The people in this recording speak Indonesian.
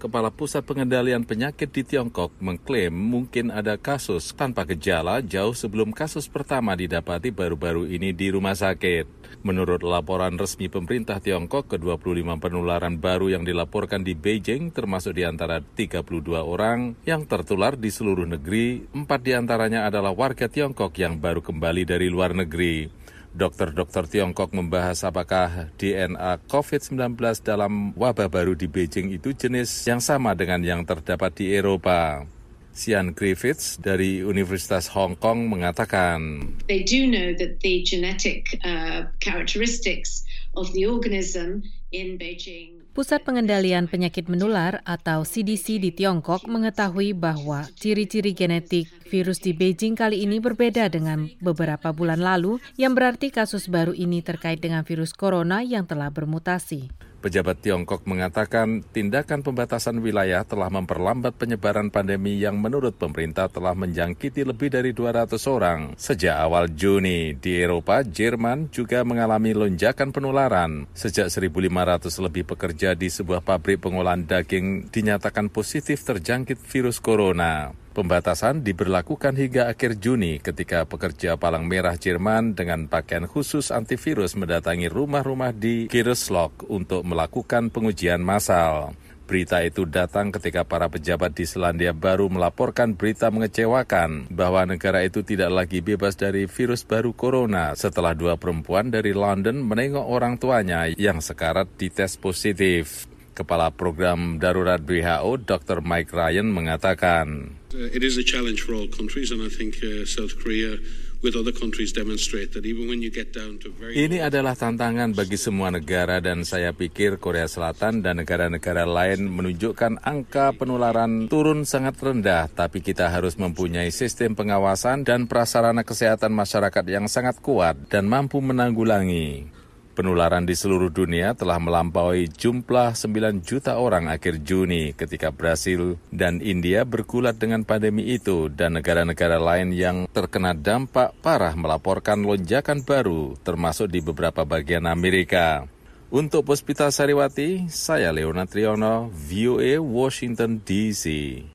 Kepala Pusat Pengendalian Penyakit di Tiongkok mengklaim mungkin ada kasus tanpa gejala jauh sebelum kasus pertama didapati baru-baru ini di rumah sakit. Menurut laporan resmi pemerintah Tiongkok, ke-25 penularan baru yang dilaporkan di Beijing termasuk di antara 32 orang yang tertular di seluruh negeri, 4 diantaranya adalah warga Tiongkok yang baru kembali dari luar negeri. Dokter-dokter Tiongkok membahas apakah DNA COVID-19 dalam wabah baru di Beijing itu jenis yang sama dengan yang terdapat di Eropa. Sian Griffiths dari Universitas Hong Kong mengatakan, They do know that the genetic characteristics of the organism in Beijing. Pusat Pengendalian Penyakit Menular atau CDC di Tiongkok mengetahui bahwa ciri-ciri genetik virus di Beijing kali ini berbeda dengan beberapa bulan lalu, yang berarti kasus baru ini terkait dengan virus corona yang telah bermutasi. Pejabat Tiongkok mengatakan tindakan pembatasan wilayah telah memperlambat penyebaran pandemi yang menurut pemerintah telah menjangkiti lebih dari 200 orang. Sejak awal Juni, di Eropa, Jerman juga mengalami lonjakan penularan. Sejak 1.500 lebih pekerja di sebuah pabrik pengolahan daging dinyatakan positif terjangkit virus corona. Pembatasan diberlakukan hingga akhir Juni ketika pekerja palang merah Jerman dengan pakaian khusus antivirus mendatangi rumah-rumah di Keursloch untuk melakukan pengujian massal. Berita itu datang ketika para pejabat di Selandia Baru melaporkan berita mengecewakan bahwa negara itu tidak lagi bebas dari virus baru corona setelah 2 perempuan dari London menengok orang tuanya yang sekarat dites positif. Kepala Program Darurat WHO, Dr. Mike Ryan mengatakan, It is a challenge for all countries, and I think South Korea with other countries demonstrate that even when you get down to very... Ini adalah tantangan bagi semua negara dan saya pikir Korea Selatan dan negara-negara lain menunjukkan angka penularan turun sangat rendah, tapi kita harus mempunyai sistem pengawasan dan prasarana kesehatan masyarakat yang sangat kuat dan mampu menanggulangi. Penularan di seluruh dunia telah melampaui jumlah 9 juta orang akhir Juni ketika Brasil dan India bergulat dengan pandemi itu dan negara-negara lain yang terkena dampak parah melaporkan lonjakan baru termasuk di beberapa bagian Amerika. Untuk Puspita Sariwati, saya Leonard Triono, VOA Washington DC.